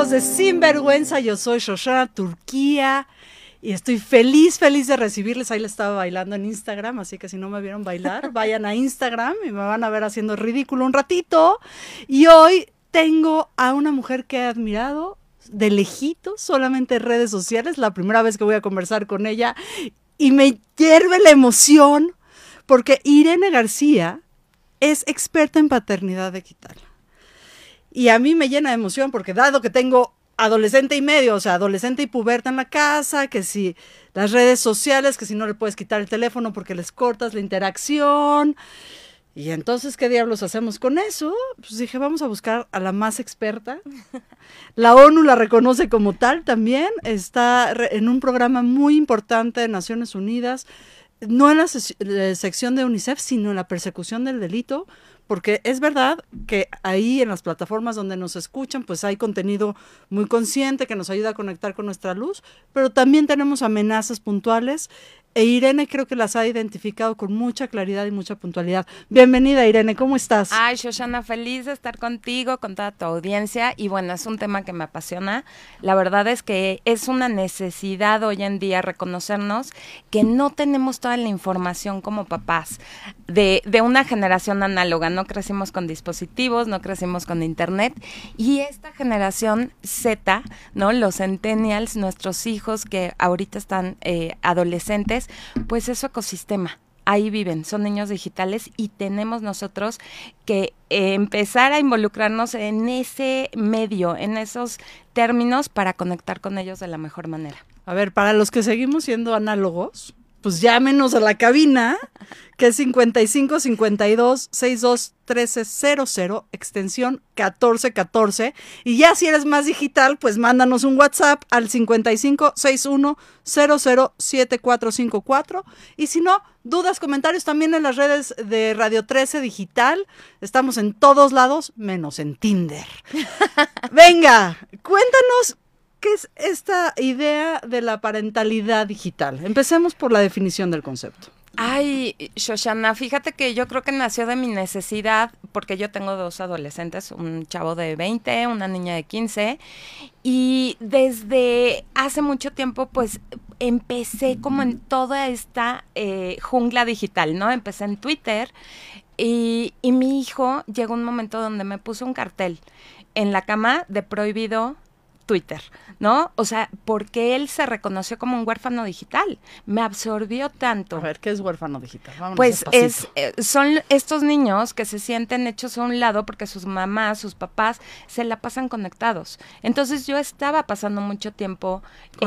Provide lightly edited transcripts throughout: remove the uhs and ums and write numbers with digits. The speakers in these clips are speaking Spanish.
hijos de Sinvergüenza, yo soy Shoshana Turquía y estoy feliz de recibirles. Ahí les estaba bailando en Instagram, así que si no me vieron bailar, vayan a Instagram y me van a ver haciendo ridículo un ratito. Y hoy tengo a una mujer que he admirado de lejito, solamente en redes sociales, la primera vez que voy a conversar con ella y me hierve la emoción porque Irene García es experta en paternidad digital. Y a mí me llena de emoción porque dado que tengo adolescente y medio, o sea, adolescente y puberta en la casa, que si las redes sociales, que si no le puedes quitar el teléfono porque les cortas la interacción. Y entonces, ¿qué diablos hacemos con eso? Pues dije, vamos a buscar a la más experta. La ONU la reconoce como tal también. Está en un programa muy importante de Naciones Unidas, no en la sección de UNICEF, sino en la persecución del delito, porque es verdad que ahí en las plataformas donde nos escuchan, pues hay contenido muy consciente que nos ayuda a conectar con nuestra luz, pero también tenemos amenazas puntuales e Irene creo que las ha identificado con mucha claridad y mucha puntualidad. Bienvenida, Irene, ¿cómo estás? Ay, Shoshana, feliz de estar contigo, con toda tu audiencia, y bueno, es un tema que me apasiona. La verdad es que es una necesidad hoy en día reconocernos que no tenemos toda la información como papás de una generación análoga. No crecimos con dispositivos, no crecimos con internet, y esta generación Z, ¿no? Los centennials, nuestros hijos que ahorita están adolescentes, pues es su ecosistema. Ahí viven, son niños digitales y tenemos nosotros que empezar a involucrarnos en ese medio, en esos términos para conectar con ellos de la mejor manera. A ver, para los que seguimos siendo análogos, pues llámenos a la cabina, que es 55 52 62 13 00, extensión 1414. Y ya si eres más digital, pues mándanos un WhatsApp al 55 61 00 7454. Y si no, dudas, comentarios también en las redes de Radio 13 Digital. Estamos en todos lados, menos en Tinder. Venga, cuéntanos. ¿Qué es esta idea de la parentalidad digital? Empecemos por la definición del concepto. Ay, Shoshana, fíjate que yo creo que nació de mi necesidad, porque yo tengo dos adolescentes, un chavo de 20, una niña de 15, y desde hace mucho tiempo, pues, empecé como en toda esta jungla digital, ¿no? Empecé en Twitter, y mi hijo llegó un momento donde me puso un cartel en la cama de prohibido Twitter, ¿no? O sea, porque él se reconoció como un huérfano digital. Me absorbió tanto. A ver, ¿qué es huérfano digital? Vámonos pues despacito. son estos niños que se sienten hechos a un lado porque sus mamás, sus papás se la pasan conectados. Entonces yo estaba pasando mucho tiempo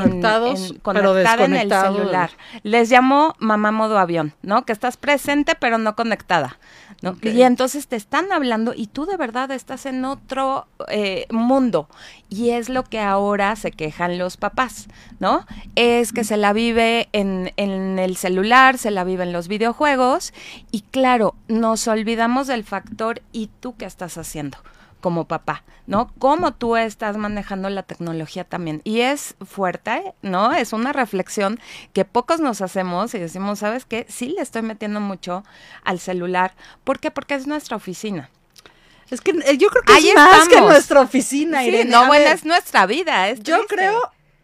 conectada en el celular. Les llamo mamá modo avión, ¿no? Que estás presente pero no conectada, ¿no? Okay. Y entonces te están hablando y tú de verdad estás en otro mundo. Y es lo que ahora se quejan los papás, ¿no? Es que se la vive en el celular, se la vive en los videojuegos y claro, nos olvidamos del factor ¿y tú qué estás haciendo como papá, ¿no? Cómo tú estás manejando la tecnología también. Y es fuerte, ¿no? Es una reflexión que pocos nos hacemos y decimos, ¿sabes qué? Sí le estoy metiendo mucho al celular. ¿Por qué? Porque es nuestra oficina. Es que yo creo que ahí es más que nuestra oficina, sí, Irene. No, bueno, es nuestra vida. Es yo creo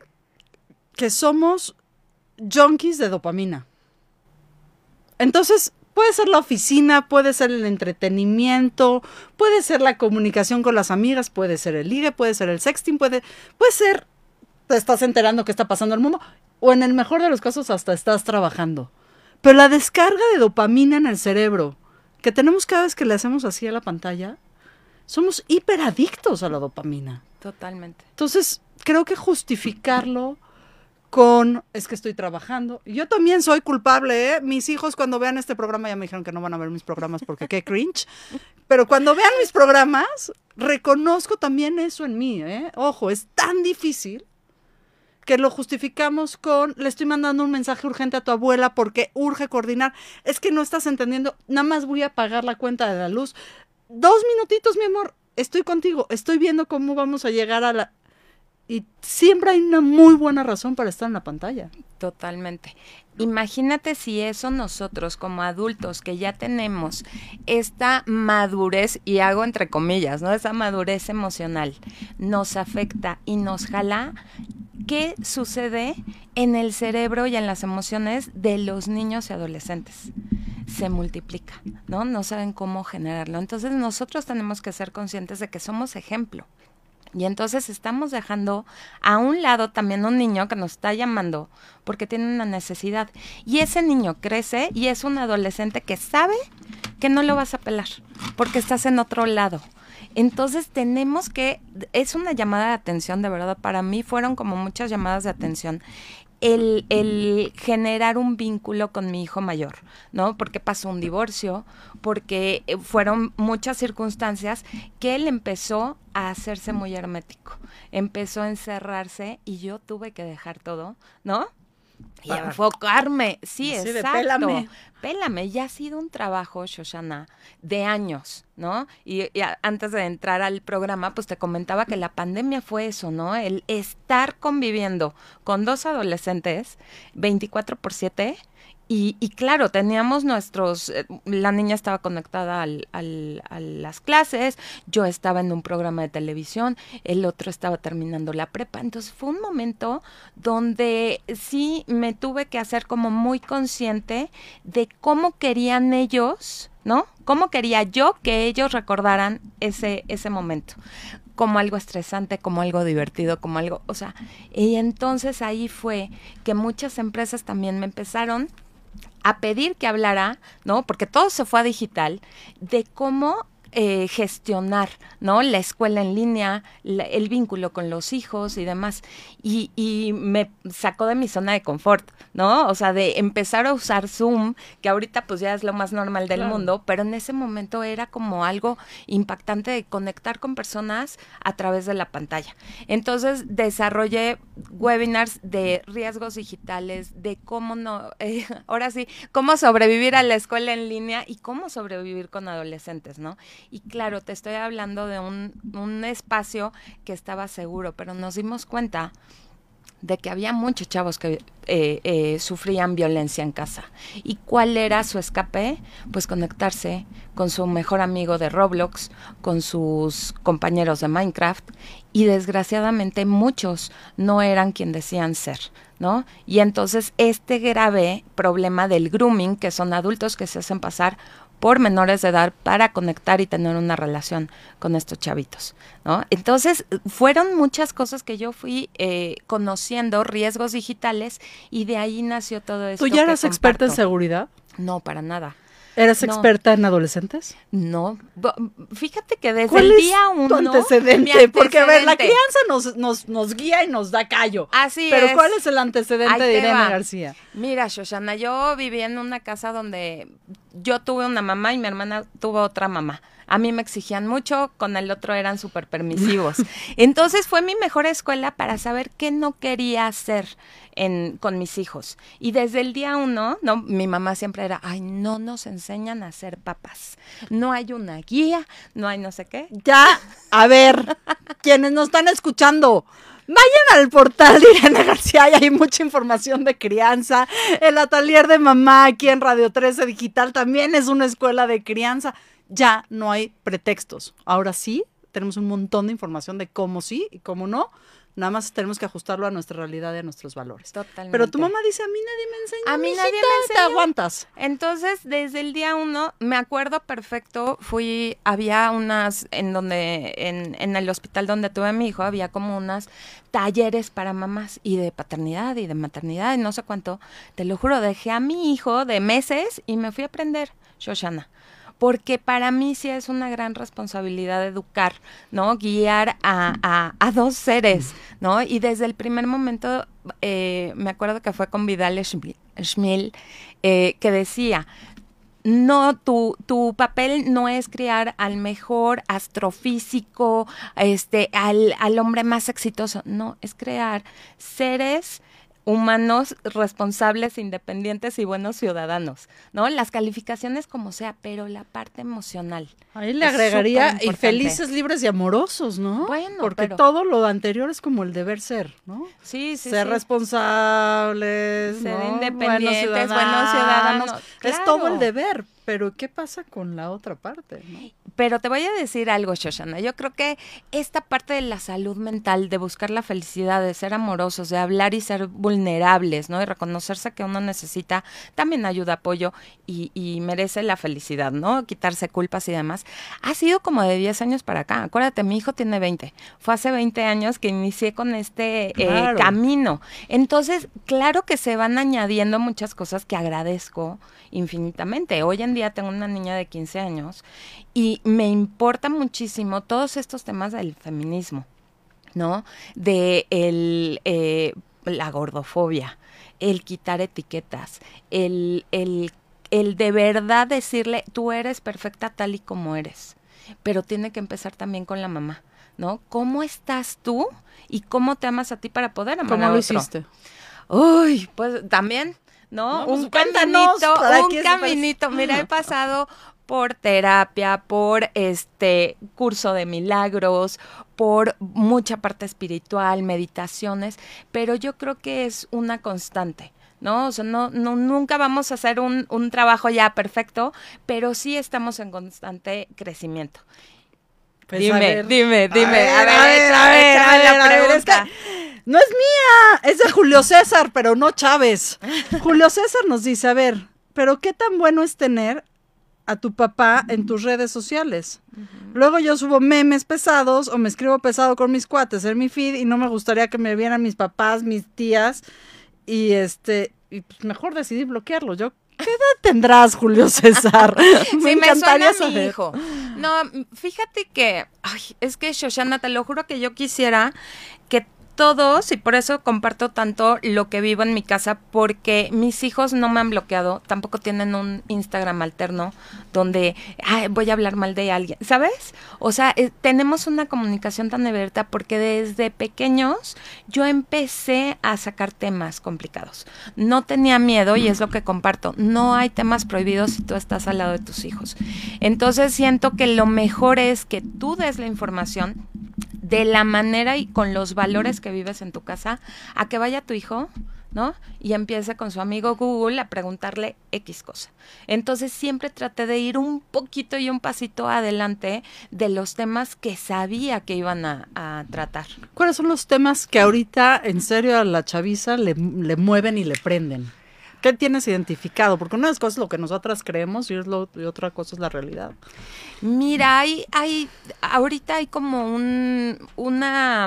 que somos junkies de dopamina. Entonces, puede ser la oficina, puede ser el entretenimiento, puede ser la comunicación con las amigas, puede ser el ligue, puede ser el sexting, puede ser, te estás enterando qué está pasando en el mundo, o en el mejor de los casos hasta estás trabajando. Pero la descarga de dopamina en el cerebro que tenemos cada vez que le hacemos así a la pantalla, somos hiperadictos a la dopamina. Totalmente. Entonces, creo que justificarlo con, es que estoy trabajando. Yo también soy culpable, ¿eh? Mis hijos cuando vean este programa, ya me dijeron que no van a ver mis programas porque qué cringe, pero cuando vean mis programas, reconozco también eso en mí, ¿eh? Ojo, es tan difícil que lo justificamos con, le estoy mandando un mensaje urgente a tu abuela porque urge coordinar. Es que no estás entendiendo, nada más voy a pagar la cuenta de la luz. 2 minutitos, mi amor, estoy contigo, estoy viendo cómo vamos a llegar a la... y siempre hay una muy buena razón para estar en la pantalla. Totalmente. Imagínate si eso nosotros como adultos que ya tenemos esta madurez, y hago entre comillas, ¿no? Esa madurez emocional nos afecta y nos jala, ¿qué sucede en el cerebro y en las emociones de los niños y adolescentes? Se multiplica, ¿no? No saben cómo generarlo. Entonces nosotros tenemos que ser conscientes de que somos ejemplo. Y entonces estamos dejando a un lado también un niño que nos está llamando porque tiene una necesidad. Y ese niño crece y es un adolescente que sabe que no lo vas a pelar porque estás en otro lado. Entonces tenemos que, es una llamada de atención, de verdad, para mí fueron como muchas llamadas de atención. El generar un vínculo con mi hijo mayor, ¿no? Porque pasó un divorcio, porque fueron muchas circunstancias que él empezó a hacerse muy hermético, empezó a encerrarse y yo tuve que dejar todo, ¿no? Y enfocarme, sí, exacto. Pélame, ya ha sido un trabajo, Shoshana, de años, ¿no? Y antes de entrar al programa, pues te comentaba que la pandemia fue eso, ¿no? El estar conviviendo con 2 adolescentes 24/7. Y claro, teníamos la niña estaba conectada a las clases, yo estaba en un programa de televisión, el otro estaba terminando la prepa. Entonces fue un momento donde sí me tuve que hacer como muy consciente de cómo querían ellos, ¿no? Cómo quería yo que ellos recordaran ese momento. Como algo estresante, como algo divertido, como algo, o sea, y entonces ahí fue que muchas empresas también me empezaron a pedir que hablara, ¿no? Porque todo se fue a digital, de cómo gestionar, ¿no? La escuela en línea, el vínculo con los hijos y demás. Y me sacó de mi zona de confort, ¿no? O sea, de empezar a usar Zoom, que ahorita pues ya es lo más normal del mundo, pero en ese momento era como algo impactante de conectar con personas a través de la pantalla. Entonces desarrollé webinars de riesgos digitales, de cómo ahora sí, cómo sobrevivir a la escuela en línea y cómo sobrevivir con adolescentes, ¿no? Y claro, te estoy hablando de un espacio que estaba seguro, pero nos dimos cuenta de que había muchos chavos que sufrían violencia en casa. ¿Y cuál era su escape? Pues conectarse con su mejor amigo de Roblox, con sus compañeros de Minecraft, y desgraciadamente muchos no eran quien decían ser, ¿no? Y entonces este grave problema del grooming, que son adultos que se hacen pasar por menores de edad para conectar y tener una relación con estos chavitos, ¿no? Entonces, fueron muchas cosas que yo fui conociendo, riesgos digitales, y de ahí nació todo esto. ¿Tú ya eras experta en seguridad? No, para nada. ¿Eras experta en adolescentes? No. Fíjate que desde el día 1... ¿Cuál es tu antecedente? Porque, a ver, la crianza nos guía y nos da callo. Así Pero es. ¿cuál es el antecedente de Irene García? Mira, Shoshana, yo vivía en una casa donde yo tuve una mamá y mi hermana tuvo otra mamá. A mí me exigían mucho, con el otro eran súper permisivos. Entonces fue mi mejor escuela para saber qué no quería hacer con mis hijos. Y desde el día 1, ¿no? Mi mamá siempre era, ay, no nos enseñan a ser papás. No hay una guía, no hay no sé qué. Ya, a ver, quienes nos están escuchando, vayan al portal de Irene García, y hay mucha información de crianza. El atelier de mamá aquí en Radio 13 Digital también es una escuela de crianza. Ya no hay pretextos. Ahora sí, tenemos un montón de información de cómo sí y cómo no. Nada más tenemos que ajustarlo a nuestra realidad y a nuestros valores. Totalmente. Pero tu mamá dice, a mí nadie me enseña. A mí nadie me enseña. Te aguantas. Entonces, desde el día 1, me acuerdo perfecto, había unas, en el hospital donde tuve a mi hijo, había como unas talleres para mamás, y de paternidad y de maternidad y no sé cuánto. Te lo juro, dejé a mi hijo de meses y me fui a aprender, Shoshana. Porque para mí sí es una gran responsabilidad educar, ¿no? Guiar a 2 seres, ¿no? Y desde el primer momento, me acuerdo que fue con Vidal Schmil, que decía, no, tu papel no es criar al mejor astrofísico, al hombre más exitoso, no, es crear seres humanos responsables, independientes y buenos ciudadanos, ¿no? Las calificaciones como sea, pero la parte emocional. Ahí le agregaría y felices, libres y amorosos, ¿no? Bueno, porque todo lo anterior es como el deber ser, ¿no? Sí, sí, ser responsables, ser ¿no? independientes, buenos ciudadanos. Es todo el deber, pero ¿qué pasa con la otra parte, no? Pero te voy a decir algo, Shoshana. Yo creo que esta parte de la salud mental, de buscar la felicidad, de ser amorosos, de hablar y ser vulnerables, ¿no? Y reconocerse que uno necesita también ayuda, apoyo y merece la felicidad, ¿no? Quitarse culpas y demás. Ha sido como de 10 años para acá. Acuérdate, mi hijo tiene 20. Fue hace 20 años que inicié con este camino. Entonces, claro que se van añadiendo muchas cosas que agradezco infinitamente. Hoy en día tengo una niña de 15 años y me importa muchísimo todos estos temas del feminismo, ¿no? De la gordofobia, el quitar etiquetas, el de verdad decirle, tú eres perfecta tal y como eres, pero tiene que empezar también con la mamá, ¿no? ¿Cómo estás tú y cómo te amas a ti para poder amar a otro? ¿Cómo lo hiciste? Uy, pues también, ¿no? Pues un caminito. Mira, he pasado por terapia, por curso de milagros, por mucha parte espiritual, meditaciones, pero yo creo que es una constante, ¿no? O sea, nunca vamos a hacer un trabajo ya perfecto, pero sí estamos en constante crecimiento. Pues dime. A ver, la pregunta. No es mía, es de Julio César, pero no Chávez. Julio César nos dice, a ver, pero ¿qué tan bueno es tener a tu papá en tus redes sociales? Luego yo subo memes pesados o me escribo pesado con mis cuates en mi feed y no me gustaría que me vieran mis papás, mis tías y pues mejor decidí bloquearlo. ¿Qué edad tendrás, Julio César? Me encantaría saber. Mi hijo. No, fíjate que, es que Shoshana, te lo juro que yo quisiera que todos, y por eso comparto tanto lo que vivo en mi casa, porque mis hijos no me han bloqueado, tampoco tienen un Instagram alterno donde voy a hablar mal de alguien, ¿sabes? O sea, tenemos una comunicación tan abierta porque desde pequeños yo empecé a sacar temas complicados. No tenía miedo y es lo que comparto. No hay temas prohibidos si tú estás al lado de tus hijos. Entonces siento que lo mejor es que tú des la información de la manera y con los valores que vives en tu casa, a que vaya tu hijo, ¿no? Y empiece con su amigo Google a preguntarle X cosa. Entonces siempre traté de ir un poquito y un pasito adelante de los temas que sabía que iban a tratar. ¿Cuáles son los temas que ahorita en serio a la chaviza le mueven y le prenden? ¿Qué tienes identificado? Porque una de las cosas es lo que nosotras creemos y otra cosa es la realidad. Mira, ahorita hay como una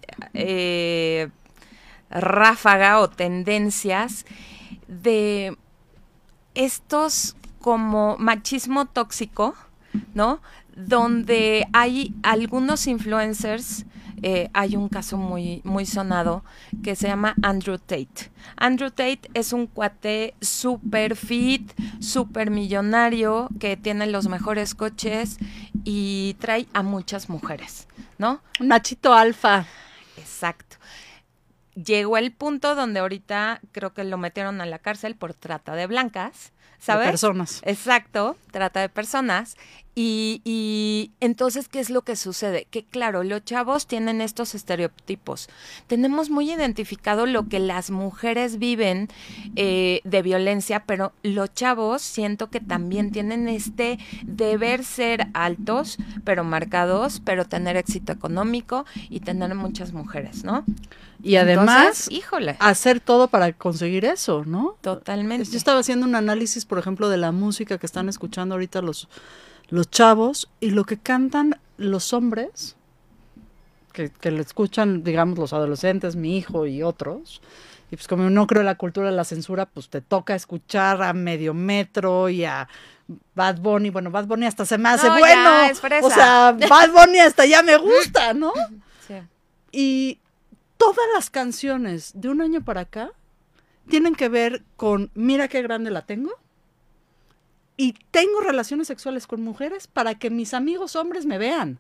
ráfaga o tendencias de estos como machismo tóxico, ¿no? Donde hay algunos influencers. Hay un caso muy, muy sonado que se llama Andrew Tate. Andrew Tate es un cuate súper fit, súper millonario, que tiene los mejores coches y trae a muchas mujeres, ¿no? Un machito alfa. Exacto. Llegó el punto donde ahorita creo que lo metieron a la cárcel por trata de blancas, ¿sabes? De personas. Exacto, trata de personas. Y entonces, ¿qué es lo que sucede? Que claro, los chavos tienen estos estereotipos. Tenemos muy identificado lo que las mujeres viven de violencia, pero los chavos siento que también tienen deber ser altos, pero marcados, pero tener éxito económico y tener muchas mujeres, ¿no? Y además, híjole, hacer todo para conseguir eso, ¿no? Totalmente. Yo estaba haciendo un análisis, por ejemplo, de la música que están escuchando ahorita los chavos y lo que cantan los hombres, que lo escuchan, digamos, los adolescentes, mi hijo y otros, y pues como no creo en la cultura de la censura, pues te toca escuchar a Medio Metro y a Bad Bunny. Bueno, Bad Bunny hasta se me hace bueno. O sea, Bad Bunny hasta ya me gusta, ¿no? Sí. Y todas las canciones de un año para acá tienen que ver con mira qué grande la tengo. Y tengo relaciones sexuales con mujeres para que mis amigos hombres me vean.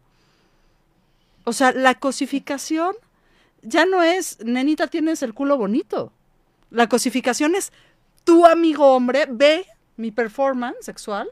O sea, la cosificación ya no es, nenita, tienes el culo bonito. La cosificación es, tu amigo hombre ve mi performance sexual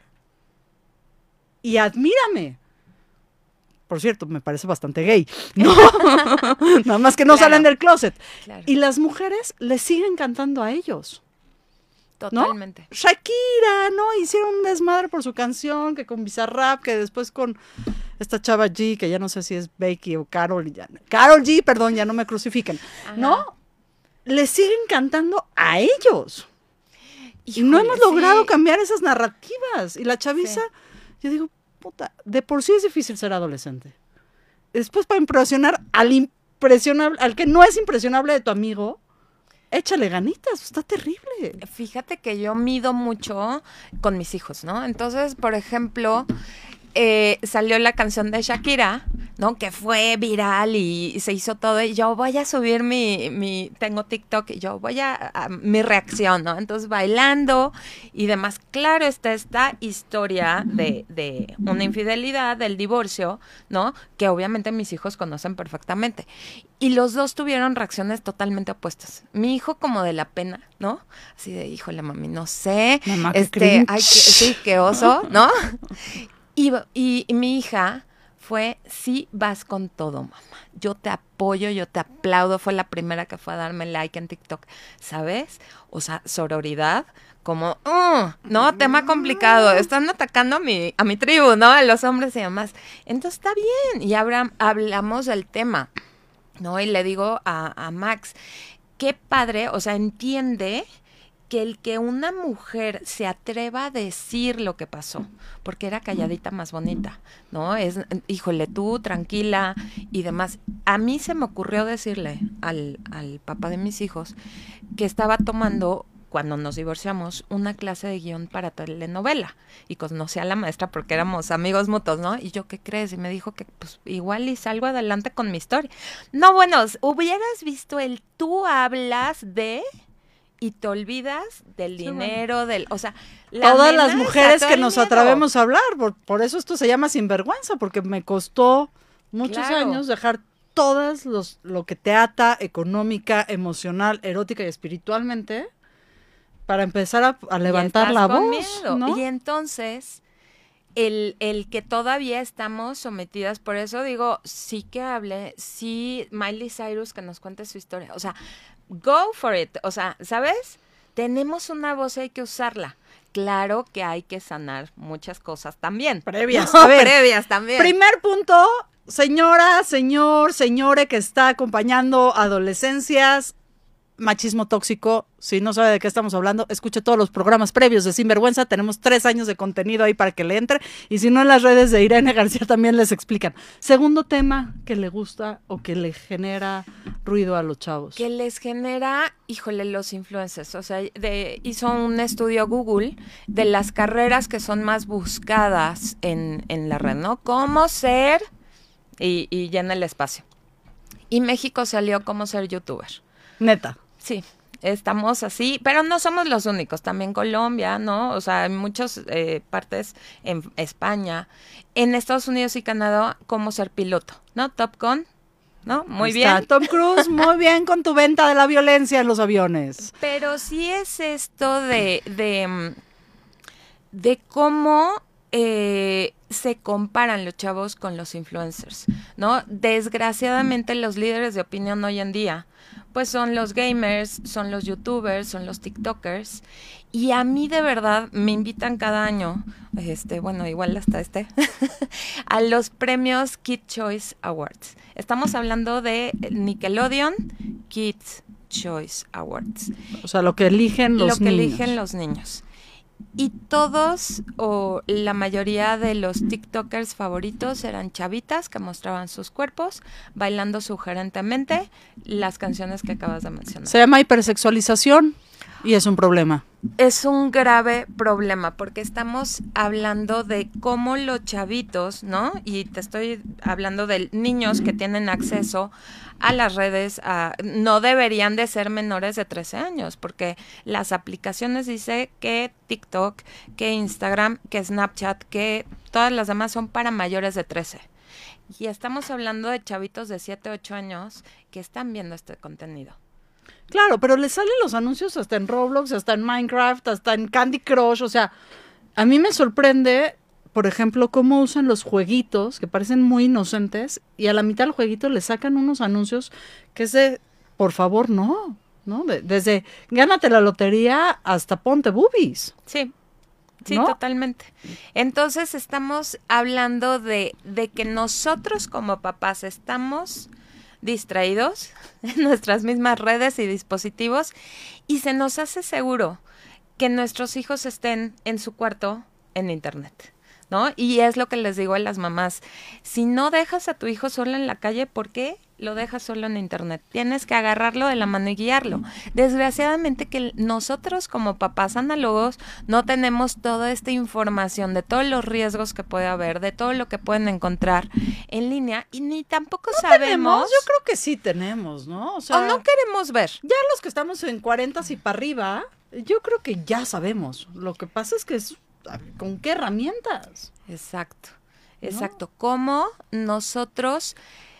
y admírame. Por cierto, me parece bastante gay, ¿no? Nada más que no salen del closet. Claro. Y las mujeres le siguen cantando a ellos. Totalmente. ¿No? Shakira, ¿no? Hicieron un desmadre por su canción, que con Bizarrap, que después con esta chava G, que ya no sé si es Becky o Karol G, perdón, ya no me crucifiquen. Ajá. ¿No? Le siguen cantando a ellos. Híjole, y no hemos logrado cambiar esas narrativas. Y la chaviza, yo digo, puta, de por sí es difícil ser adolescente. Después para impresionar al que no es impresionable de tu amigo, échale ganitas, está terrible. Fíjate que yo mido mucho con mis hijos, ¿no? Entonces, por ejemplo, salió la canción de Shakira, ¿no? Que fue viral y se hizo todo. Y yo voy a subir tengo TikTok y yo voy a mi reacción, ¿no? Entonces bailando y demás. Claro, está esta historia de una infidelidad, del divorcio, ¿no? Que obviamente mis hijos conocen perfectamente. Y los dos tuvieron reacciones totalmente opuestas. Mi hijo como de la pena, ¿no? Así de, híjole, mami, no sé. Mamá, sí, qué oso, ¿no? Y mi hija fue, sí, vas con todo, mamá. Yo te apoyo, yo te aplaudo. Fue la primera que fue a darme like en TikTok, ¿sabes? O sea, sororidad, como, no, tema complicado. Están atacando a mi tribu, ¿no? A los hombres y demás. Entonces está bien. Y hablamos del tema, ¿no? Y le digo a Max, qué padre, o sea, entiende que el que una mujer se atreva a decir lo que pasó, porque era calladita más bonita, ¿no? Es, híjole, tú tranquila y demás. A mí se me ocurrió decirle al papá de mis hijos que estaba tomando, cuando nos divorciamos, una clase de guión para telenovela y conocí a la maestra porque éramos amigos mutuos, ¿no? Y yo, ¿qué crees? Y me dijo que pues igual y salgo adelante con mi historia. No, bueno, hubieras visto el tú hablas de... y te olvidas del dinero, bueno. O sea... Todas las mujeres que nos atrevemos a hablar, por eso esto se llama sinvergüenza, porque me costó muchos años dejar todas lo que te ata económica, emocional, erótica y espiritualmente para empezar a levantar la voz, miedo, ¿no? Y entonces... El que todavía estamos sometidas, por eso digo, sí que hable, sí, Miley Cyrus que nos cuente su historia, o sea, go for it, o sea, ¿sabes? Tenemos una voz y hay que usarla. Claro que hay que sanar muchas cosas también. Previas, no, previas también. Primer punto, señora, señore que está acompañando adolescencias, machismo tóxico. Si no sabe de qué estamos hablando, escuche todos los programas previos de Sinvergüenza. Tenemos 3 años de contenido ahí para que le entre. Y si no, en las redes de Irene García también les explican. Segundo tema que le gusta o que le genera ruido a los chavos. Que les genera, híjole, los influencers. O sea, hizo un estudio Google de las carreras que son más buscadas en la red, ¿no? Cómo ser y llena el espacio. Y México salió como ser youtuber. Neta. Sí, estamos así, pero no somos los únicos, también Colombia, ¿no? O sea, en muchas partes, en España, en Estados Unidos y Canadá, como ser piloto, ¿no? Top Gun, ¿no? Muy bien. Está Tom Cruise, muy bien con tu venta de la violencia en los aviones. Pero sí es esto de cómo se comparan los chavos con los influencers, ¿no? Desgraciadamente los líderes de opinión hoy en día pues son los gamers, son los youtubers, son los tiktokers, y a mí de verdad me invitan cada año, bueno, igual hasta a los premios Kids Choice Awards. Estamos hablando de Nickelodeon Kids Choice Awards. O sea, lo que eligen los niños. Y todos o la mayoría de los tiktokers favoritos eran chavitas que mostraban sus cuerpos, bailando sugerentemente las canciones que acabas de mencionar. Se llama hipersexualización y es un problema. Es un grave problema porque estamos hablando de cómo los chavitos, ¿no? Y te estoy hablando de niños que tienen acceso a las redes, no deberían de ser menores de 13 años, porque las aplicaciones dice que TikTok, que Instagram, que Snapchat, que todas las demás son para mayores de 13. Y estamos hablando de chavitos de 7, 8 años que están viendo este contenido. Claro, pero le salen los anuncios hasta en Roblox, hasta en Minecraft, hasta en Candy Crush. O sea, a mí me sorprende, por ejemplo, cómo usan los jueguitos que parecen muy inocentes y a la mitad del jueguito le sacan unos anuncios que es de, por favor, no. Desde gánate la lotería hasta ponte boobies. Sí. Sí, ¿no? Totalmente. Entonces estamos hablando de que nosotros como papás estamos distraídos en nuestras mismas redes y dispositivos y se nos hace seguro que nuestros hijos estén en su cuarto en internet, ¿no? Y es lo que les digo a las mamás, si no dejas a tu hijo solo en la calle, ¿por qué lo dejas solo en internet? Tienes que agarrarlo de la mano y guiarlo. Desgraciadamente que nosotros como papás análogos no tenemos toda esta información de todos los riesgos que puede haber, de todo lo que pueden encontrar en línea y ni tampoco sabemos. Yo creo que sí tenemos, ¿no? O no queremos ver. Ya los que estamos en 40 y para arriba, yo creo que ya sabemos. Lo que pasa es que ¿con qué herramientas? Exacto. ¿No? ¿Cómo nosotros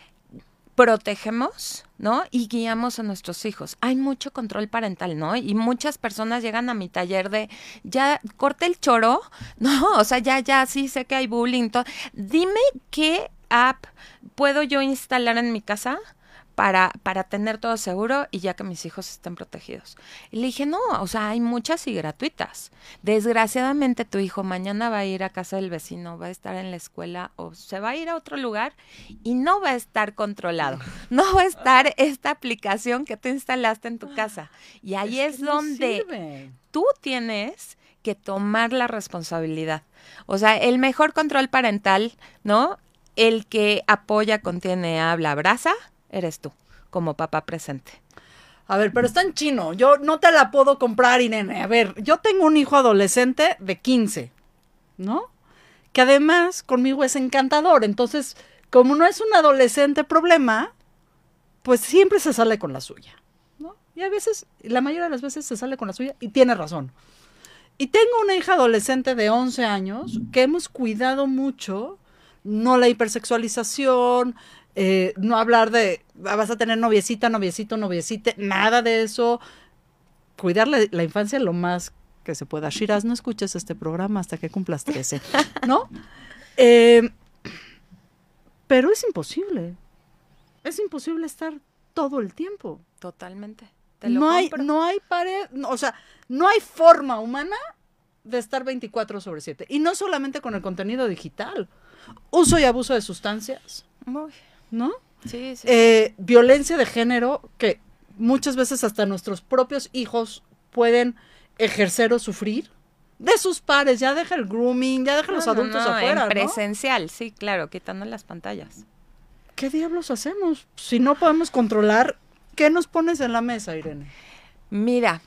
protegemos, ¿no? Y guiamos a nuestros hijos? Hay mucho control parental, ¿no? Y muchas personas llegan a mi taller de, ya, corte el choro, ¿no? O sea, ya, sí sé que hay bullying. Dime qué app puedo yo instalar en mi casa para tener todo seguro y ya que mis hijos estén protegidos. Y le dije, no, o sea, hay muchas y gratuitas. Desgraciadamente tu hijo mañana va a ir a casa del vecino, va a estar en la escuela o se va a ir a otro lugar y no va a estar controlado. No va a estar esta aplicación que tú instalaste en tu casa. Y ahí es donde tú tienes que tomar la responsabilidad. O sea, el mejor control parental, ¿no? El que apoya, contiene, habla, abraza, eres tú, como papá presente. A ver, pero está en chino. Yo no te la puedo comprar, Irene. A ver, yo tengo un hijo adolescente de 15, ¿no? Que además conmigo es encantador. Entonces, como no es un adolescente problema, pues siempre se sale con la suya, ¿no? Y a veces, la mayoría de las veces se sale con la suya y tiene razón. Y tengo una hija adolescente de 11 años que hemos cuidado mucho, no la hipersexualización, no hablar de, vas a tener noviecita, noviecito, noviecite, nada de eso. Cuidar la infancia lo más que se pueda. Shiraz, no escuches este programa hasta que cumplas 13, ¿no? Pero es imposible. Es imposible estar todo el tiempo. Totalmente. No hay pared, o sea, no hay forma humana de estar 24/7. Y no solamente con el contenido digital. Uso y abuso de sustancias. ¿No? Sí. Violencia de género, que muchas veces hasta nuestros propios hijos pueden ejercer o sufrir de sus pares. Ya deja el grooming, ya deja los adultos afuera, en presencial, ¿no? Sí, claro, quitando las pantallas. ¿Qué diablos hacemos? Si no podemos controlar, ¿qué nos pones en la mesa, Irene? Mira,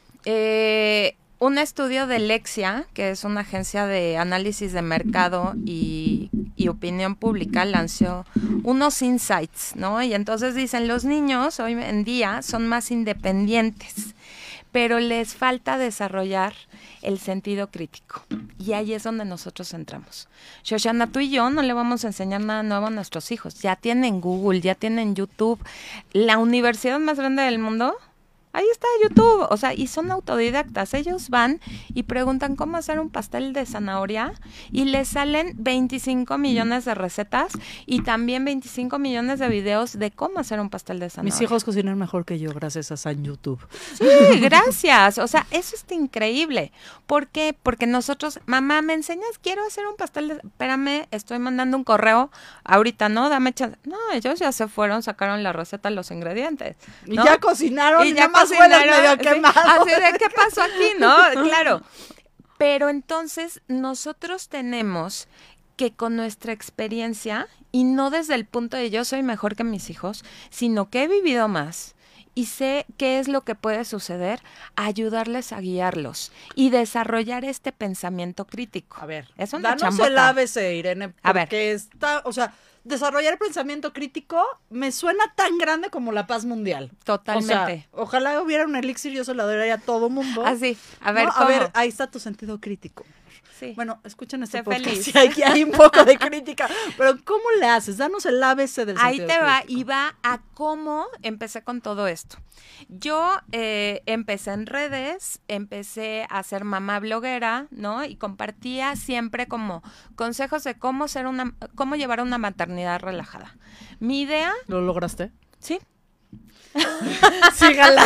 un estudio de Lexia, que es una agencia de análisis de mercado y opinión pública, lanzó unos insights, ¿no? Y entonces dicen, los niños hoy en día son más independientes, pero les falta desarrollar el sentido crítico. Y ahí es donde nosotros entramos. Shoshana, tú y yo no le vamos a enseñar nada nuevo a nuestros hijos. Ya tienen Google, ya tienen YouTube. La universidad más grande del mundo, ahí está YouTube, o sea, y son autodidactas. Ellos van y preguntan cómo hacer un pastel de zanahoria y les salen 25 millones de recetas y también 25 millones de videos de cómo hacer un pastel de zanahoria. Mis hijos cocinan mejor que yo gracias a San YouTube. Sí, gracias. O sea, eso está increíble. ¿Por qué? Porque nosotros, mamá, ¿me enseñas? Quiero hacer un pastel de... Espérame, estoy mandando un correo ahorita, ¿no? Dame chance. No, ellos ya se fueron, sacaron la receta, los ingredientes, ¿no? Y ya cocinaron y ya medio quemado. Así de, ¿qué pasó aquí, no? Claro. Pero entonces nosotros tenemos que con nuestra experiencia, y no desde el punto de yo soy mejor que mis hijos, sino que he vivido más y sé qué es lo que puede suceder, ayudarles a guiarlos y desarrollar este pensamiento crítico. A ver, es una danos chambota. El ABC, Irene, porque a ver. está, o sea, desarrollar el pensamiento crítico me suena tan grande como la paz mundial. Totalmente. O sea, ojalá hubiera un elixir, yo se lo daría a todo mundo. Así, a ver, ¿no? ¿cómo? A ver, ahí está tu sentido crítico. Sí. Bueno, escuchen este podcast. Sí, hay un poco de crítica. Pero ¿cómo le haces? Danos el ABC del Ahí sentido te va, crítico. y va a cómo empecé con todo esto. Yo empecé en redes, empecé a ser mamá bloguera, ¿no? Y compartía siempre como consejos de cómo llevar una maternidad relajada. Mi idea... ¿Lo lograste? Sí. Sígala.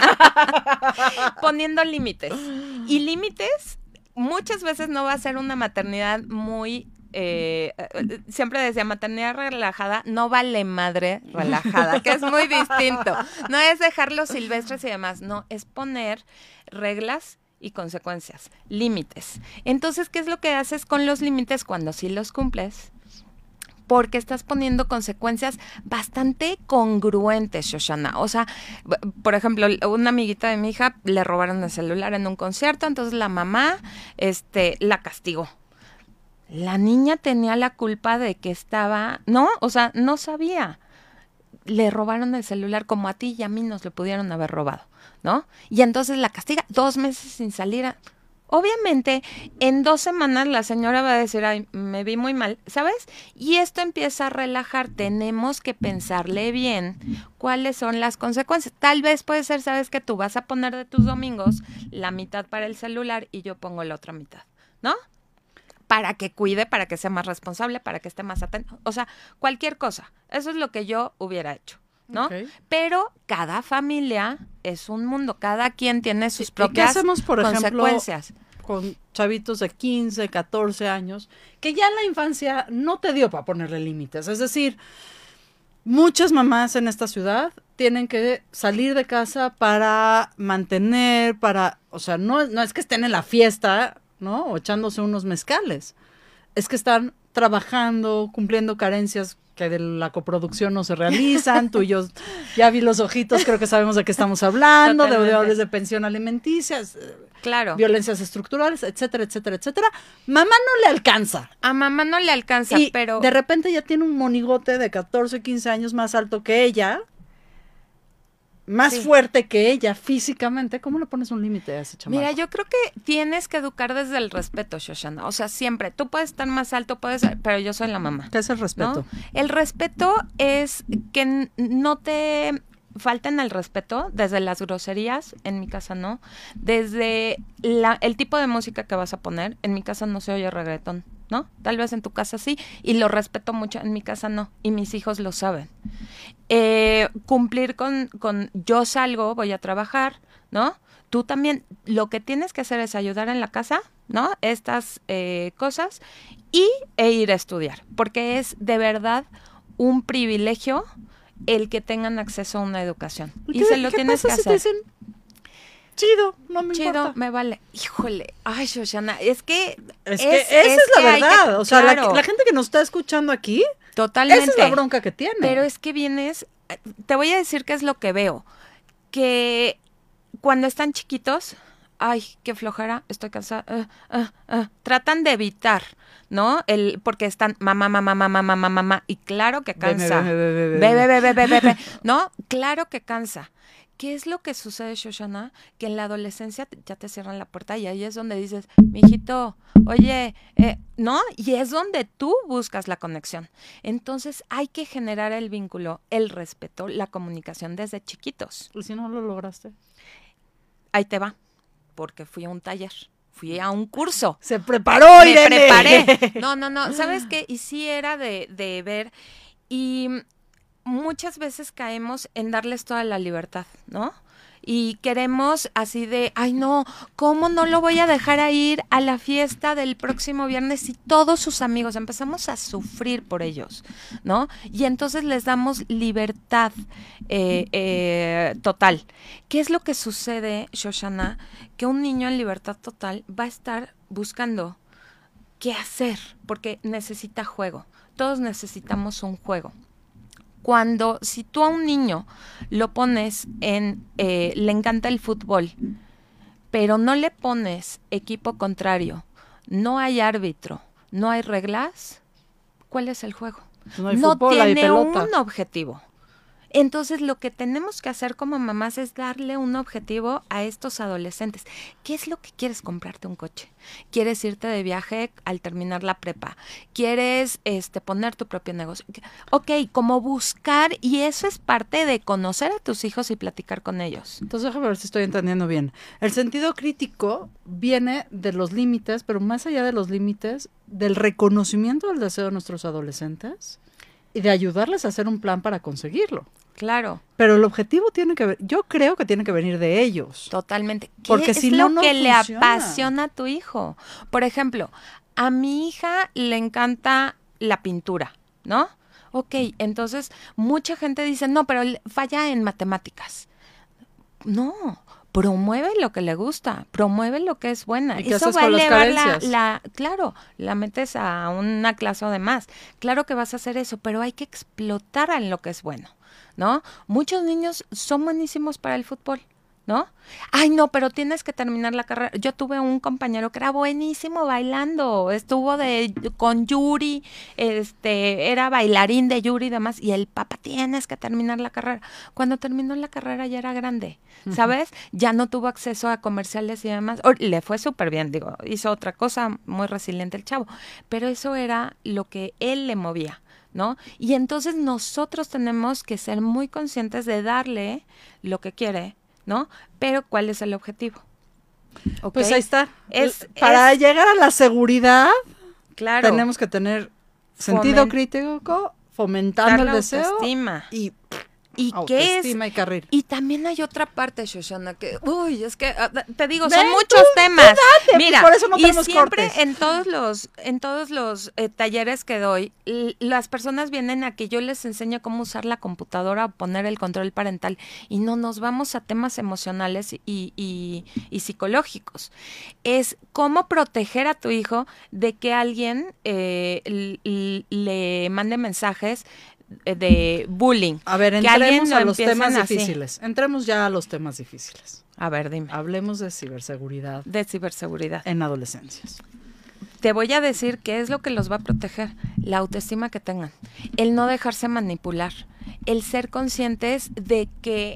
Poniendo límites. Y límites, muchas veces no va a ser una maternidad muy... siempre decía, maternidad relajada, no vale madre relajada, que es muy distinto. No es dejarlos silvestres y demás, no, es poner reglas y consecuencias, límites. Entonces, ¿qué es lo que haces con los límites cuando sí los cumples? Porque estás poniendo consecuencias bastante congruentes, Shoshana. O sea, por ejemplo, una amiguita de mi hija le robaron el celular en un concierto, entonces la mamá la castigó. La niña tenía la culpa de que estaba, ¿no? O sea, no sabía. Le robaron el celular como a ti y a mí nos lo pudieron haber robado, ¿no? Y entonces la castiga 2 meses sin salir a... Obviamente, en 2 semanas la señora va a decir, ay, me vi muy mal, ¿sabes? Y esto empieza a relajar. Tenemos que pensarle bien cuáles son las consecuencias. Tal vez puede ser, ¿sabes? Que tú vas a poner de tus domingos la mitad para el celular y yo pongo la otra mitad, ¿no? Para que cuide, para que sea más responsable, para que esté más atento. O sea, cualquier cosa. Eso es lo que yo hubiera hecho, ¿no? Okay. Pero cada familia es un mundo. Cada quien tiene sus propias consecuencias. ¿Qué hacemos, por consecuencias? Ejemplo, con chavitos de 15, 14 años, que ya en la infancia no te dio para ponerle límites? Es decir, muchas mamás en esta ciudad tienen que salir de casa para mantener, o sea, no es que estén en la fiesta, ¿no? O echándose unos mezcales. Es que están trabajando, cumpliendo carencias que de la coproducción no se realizan. Tú y yo ya vi los ojitos, creo que sabemos de qué estamos hablando, de deudores de pensión alimenticia, claro, violencias estructurales, etcétera, etcétera, etcétera. Mamá no le alcanza. A mamá no le alcanza, y pero... de repente ya tiene un monigote de 14, 15 años más alto que ella, más fuerte que ella físicamente. ¿Cómo le pones un límite a ese chamaco? Mira, yo creo que tienes que educar desde el respeto, Shoshana. O sea, siempre. Tú puedes estar más alto, pero yo soy la mamá. ¿Qué es el respeto? ¿No? El respeto es que no te falten el respeto desde las groserías, en mi casa no. Desde el tipo de música que vas a poner, en mi casa no se oye reggaetón, ¿no? Tal vez en tu casa sí, y lo respeto mucho, en mi casa no, y mis hijos lo saben. Cumplir con yo salgo, voy a trabajar, ¿no? Tú también, lo que tienes que hacer es ayudar en la casa, ¿no? Estas cosas, e ir a estudiar, porque es de verdad un privilegio el que tengan acceso a una educación. Y se lo tienes que hacer. Si te dicen, chido, no me chido, importa. Me vale. Híjole, ay, Shoshana, es que esa es la verdad. O sea, claro, la gente que nos está escuchando aquí, totalmente. Esa es la bronca que tiene. Pero es que te voy a decir qué es lo que veo. Que cuando están chiquitos, ay, qué flojera, estoy cansada. Tratan de evitar, ¿no? Porque están mamá, y claro que cansa. Bebe. ¿No? Claro que cansa. ¿Qué es lo que sucede, Shoshana? Que en la adolescencia ya te cierran la puerta y ahí es donde dices, mijito, oye, ¿no? Y es donde tú buscas la conexión. Entonces hay que generar el vínculo, el respeto, la comunicación desde chiquitos. ¿Y si no lo lograste? Ahí te va, porque fui a un taller. Fui a un curso. Se preparó, Irene. Me preparé. No. ¿Sabes qué? Y sí era de ver. Y muchas veces caemos en darles toda la libertad, ¿no? Y queremos así de, ay no, ¿cómo no lo voy a dejar a ir a la fiesta del próximo viernes y todos sus amigos? Empezamos a sufrir por ellos, ¿no? Y entonces les damos libertad total. ¿Qué es lo que sucede, Shoshana? Que un niño en libertad total va a estar buscando qué hacer, porque necesita juego. Todos necesitamos un juego. Si tú a un niño lo pones le encanta el fútbol, pero no le pones equipo contrario, no hay árbitro, no hay reglas, ¿cuál es el juego? No hay fútbol, hay pelota. Un objetivo. Entonces, lo que tenemos que hacer como mamás es darle un objetivo a estos adolescentes. ¿Qué es lo que quieres? Comprarte un coche. ¿Quieres irte de viaje al terminar la prepa? ¿Quieres poner tu propio negocio? Ok, como buscar, y eso es parte de conocer a tus hijos y platicar con ellos. Entonces, déjame ver si estoy entendiendo bien. El sentido crítico viene de los límites, pero más allá de los límites, del reconocimiento del deseo de nuestros adolescentes y de ayudarles a hacer un plan para conseguirlo. Claro. Pero el objetivo tiene que ver, yo creo que tiene que venir de ellos. Totalmente. Porque si no, no que funciona. Le apasiona a tu hijo? Por ejemplo, a mi hija le encanta la pintura, ¿no? Ok, entonces mucha gente dice, no, pero falla en matemáticas. No, promueve lo que le gusta, promueve lo que es buena. ¿Y qué haces con las carencias? Claro, la metes a una clase o demás. Claro que vas a hacer eso, pero hay que explotar en lo que es bueno, ¿no? Muchos niños son buenísimos para el fútbol, ¿no? Ay, no, pero tienes que terminar la carrera. Yo tuve un compañero que era buenísimo bailando, estuvo con Yuri, era bailarín de Yuri y demás, y el papá, tienes que terminar la carrera. Cuando terminó la carrera ya era grande, ¿sabes? Ya no tuvo acceso a comerciales y demás. Le fue súper bien, digo, hizo otra cosa, muy resiliente el chavo, pero eso era lo que él le movía, ¿no? Y entonces nosotros tenemos que ser muy conscientes de darle lo que quiere, ¿no? Pero ¿cuál es el objetivo? ¿Okay? Pues ahí está. Para llegar a la seguridad, claro, tenemos que tener sentido crítico, fomentando el deseo autoestima. ¿Y qué es? Y carril. Y también hay otra parte, Shoshana, que, es que, te digo, son muchos temas. Mira, por eso no y siempre cortes. en todos los talleres que doy, las personas vienen a que yo les enseño cómo usar la computadora, poner el control parental, y no nos vamos a temas emocionales y psicológicos. Es cómo proteger a tu hijo de que alguien le mande mensajes de bullying. A ver, entremos a los temas difíciles. Entremos ya a los temas difíciles. A ver, dime. Hablemos de ciberseguridad. De ciberseguridad. En adolescencias. Te voy a decir qué es lo que los va a proteger. La autoestima que tengan. El no dejarse manipular. El ser conscientes de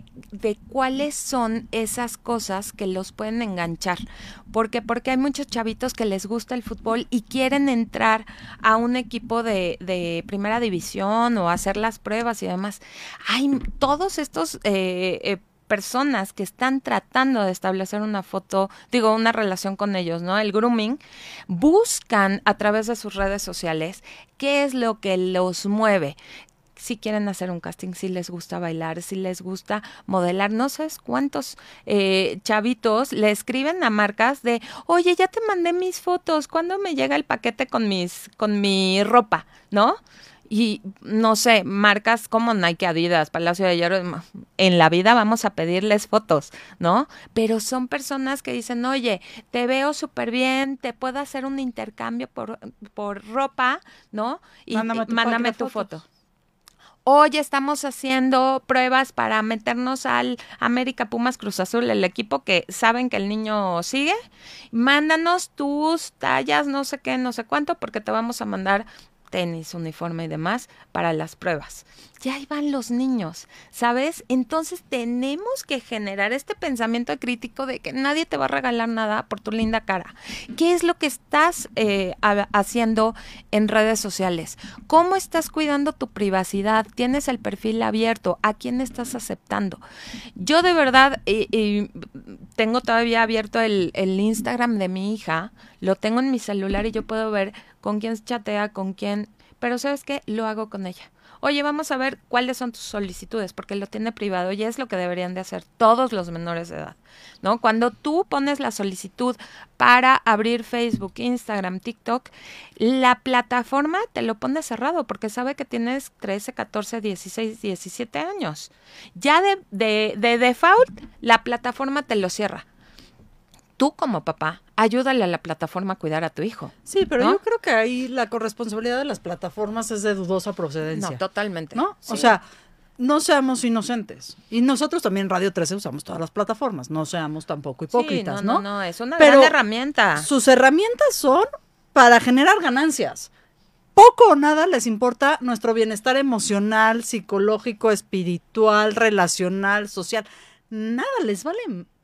cuáles son esas cosas que los pueden enganchar. Porque hay muchos chavitos que les gusta el fútbol y quieren entrar a un equipo de primera división o hacer las pruebas y demás. Hay todos estos personas que están tratando de establecer una relación con ellos, ¿no? El grooming, buscan a través de sus redes sociales qué es lo que los mueve. Si quieren hacer un casting, si les gusta bailar, si les gusta modelar, no sé cuántos chavitos le escriben a marcas de, oye, ya te mandé mis fotos, ¿cuándo me llega el paquete con mi ropa? ¿No? Y no sé, marcas como Nike, Adidas, Palacio de Hierro, en la vida vamos a pedirles fotos, ¿no? Pero son personas que dicen, oye, te veo súper bien, te puedo hacer un intercambio por ropa, ¿no? Y mándame tu foto. Oye, estamos haciendo pruebas para meternos al América Pumas Cruz Azul, el equipo que saben que el niño sigue. Mándanos tus tallas, no sé qué, no sé cuánto, porque te vamos a mandar tenis, uniforme y demás para las pruebas. Ya ahí van los niños, ¿sabes? Entonces tenemos que generar este pensamiento crítico de que nadie te va a regalar nada por tu linda cara. ¿Qué es lo que estás haciendo en redes sociales? ¿Cómo estás cuidando tu privacidad? ¿Tienes el perfil abierto? ¿A quién estás aceptando? Yo de verdad tengo todavía abierto el Instagram de mi hija, lo tengo en mi celular y yo puedo ver con quién chatea, con quién, pero ¿sabes qué? Lo hago con ella. Oye, vamos a ver cuáles son tus solicitudes, porque lo tiene privado y es lo que deberían de hacer todos los menores de edad, ¿no? Cuando tú pones la solicitud para abrir Facebook, Instagram, TikTok, la plataforma te lo pone cerrado porque sabe que tienes 13, 14, 16, 17 años. Ya de default, la plataforma te lo cierra. Tú como papá, ayúdale a la plataforma a cuidar a tu hijo. Sí, pero ¿no? Yo creo que ahí la corresponsabilidad de las plataformas es de dudosa procedencia. No, totalmente. ¿No? Sí. O sea, no seamos inocentes. Y nosotros también en Radio 13 usamos todas las plataformas. No seamos tampoco hipócritas, sí, ¿no? No, es una gran herramienta. Sus herramientas son para generar ganancias. poco o nada les importa nuestro bienestar emocional, psicológico, espiritual, relacional, social. Nada, les vale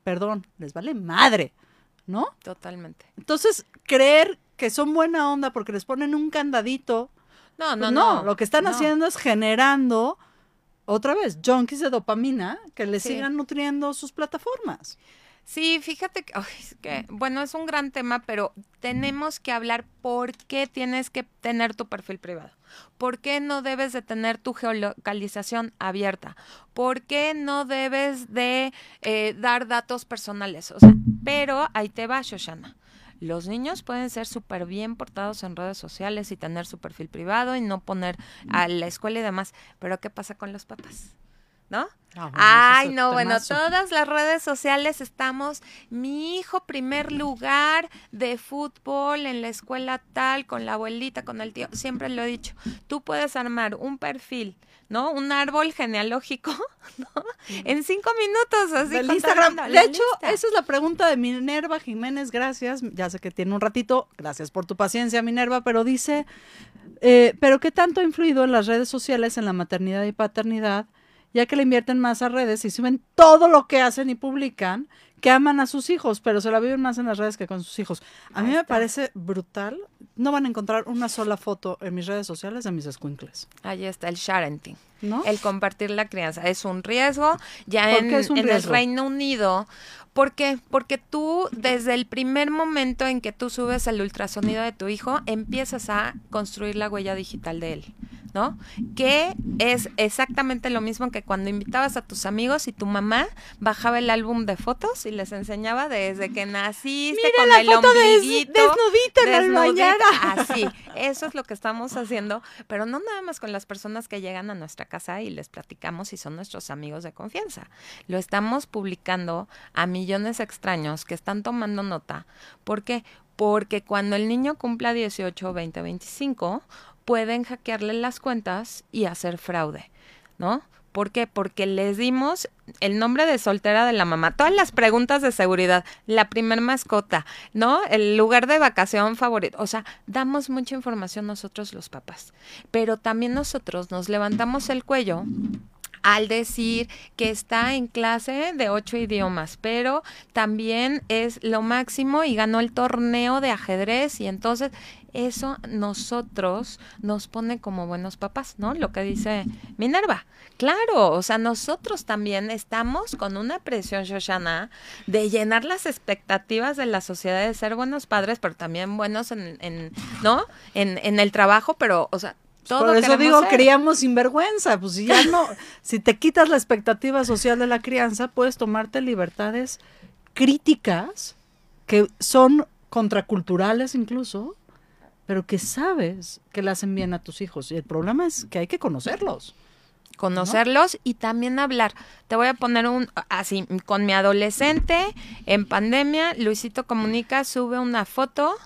madre, ¿no? Totalmente. Entonces, creer que son buena onda porque les ponen un candadito. No. Lo que están haciendo es generando, otra vez, junkies de dopamina que les sigan nutriendo sus plataformas. Sí, fíjate que, bueno, es un gran tema, pero tenemos que hablar por qué tienes que tener tu perfil privado. ¿Por qué no debes de tener tu geolocalización abierta? ¿Por qué no debes de dar datos personales? O sea, pero ahí te va, Shoshana. Los niños pueden ser súper bien portados en redes sociales y tener su perfil privado y no poner a la escuela y demás. Pero ¿qué pasa con los papás? ¿No? Todas las redes sociales estamos, mi hijo primer lugar de fútbol en la escuela tal, con la abuelita, con el tío, siempre lo he dicho, tú puedes armar un perfil, ¿no? Un árbol genealógico, ¿no? En 5 minutos, así. Del Instagram. De hecho, esa es la pregunta de Minerva Jiménez, gracias, ya sé que tiene un ratito, gracias por tu paciencia, Minerva, pero dice, ¿pero qué tanto ha influido en las redes sociales en la maternidad y paternidad? Ya que le invierten más a redes y suben todo lo que hacen y publican, que aman a sus hijos, pero se la viven más en las redes que con sus hijos. A mí me parece brutal. No van a encontrar una sola foto en mis redes sociales de mis escuincles. Ahí está el sharenting, ¿no? El compartir la crianza. Es un riesgo. Ya en el Reino Unido. ¿Por qué? Porque tú, desde el primer momento en que tú subes el ultrasonido de tu hijo, empiezas a construir la huella digital de él, ¿no? Que es exactamente lo mismo que cuando invitabas a tus amigos y tu mamá bajaba el álbum de fotos y les enseñaba desde que naciste. Mira con la el foto ombliguito, desnudita en la mañana. Así, eso es lo que estamos haciendo, pero no nada más con las personas que llegan a nuestra casa y les platicamos y son nuestros amigos de confianza. Lo estamos publicando a millones extraños que están tomando nota. ¿Por qué? Porque cuando el niño cumpla 18, 20, 25, pueden hackearle las cuentas y hacer fraude, ¿no? ¿Por qué? Porque les dimos el nombre de soltera de la mamá, todas las preguntas de seguridad, la primer mascota, ¿no? El lugar de vacación favorito. O sea, damos mucha información nosotros los papás, pero también nosotros nos levantamos el cuello al decir que está en clase de 8 idiomas, pero también es lo máximo y ganó el torneo de ajedrez y entonces eso nosotros nos pone como buenos papás, ¿no? Lo que dice Minerva. Claro, o sea, nosotros también estamos con una presión, Shoshana, de llenar las expectativas de la sociedad de ser buenos padres, pero también buenos ¿no? En el trabajo, pero, o sea, todo por eso digo, criamos sin vergüenza, pues si ya no, si te quitas la expectativa social de la crianza, puedes tomarte libertades críticas que son contraculturales incluso, pero que sabes que le hacen bien a tus hijos. Y el problema es que hay que conocerlos. Conocerlos, ¿no? Y también hablar. Te voy a poner así, con mi adolescente, en pandemia, Luisito Comunica sube una foto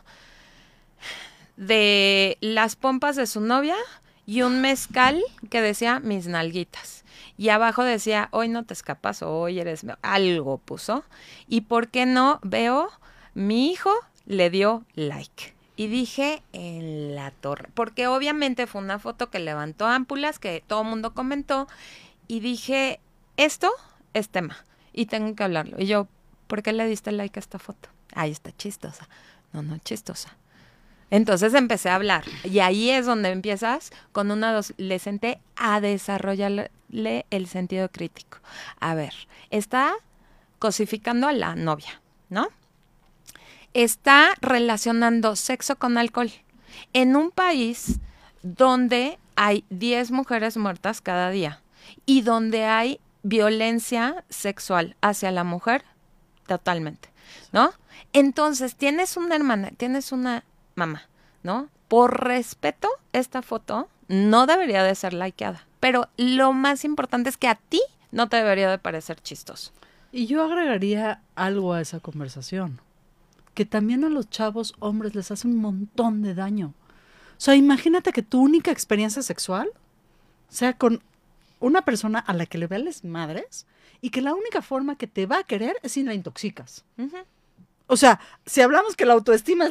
de las pompas de su novia y un mezcal que decía mis nalguitas. Y abajo decía, hoy no te escapas, o hoy eres... Algo puso. Y ¿por qué no? Veo, mi hijo le dio like. Y dije, en la torre. Porque obviamente fue una foto que levantó ámpulas, que todo el mundo comentó. Y dije, esto es tema. Y tengo que hablarlo. Y yo, ¿por qué le diste like a esta foto? Ay, está chistosa. No, chistosa. Entonces empecé a hablar. Y ahí es donde empiezas con un adolescente a desarrollarle el sentido crítico. A ver, está cosificando a la novia, ¿no? Está relacionando sexo con alcohol. En un país donde hay 10 mujeres muertas cada día y donde hay violencia sexual hacia la mujer, totalmente, ¿no? Entonces, tienes una hermana, tienes una mamá, ¿no? Por respeto, esta foto no debería de ser likeada. Pero lo más importante es que a ti no te debería de parecer chistoso. Y yo agregaría algo a esa conversación. Que también a los chavos hombres les hace un montón de daño. O sea, imagínate que tu única experiencia sexual sea con una persona a la que le vales madres y que la única forma que te va a querer es si la intoxicas. Uh-huh. O sea, si hablamos que la autoestima es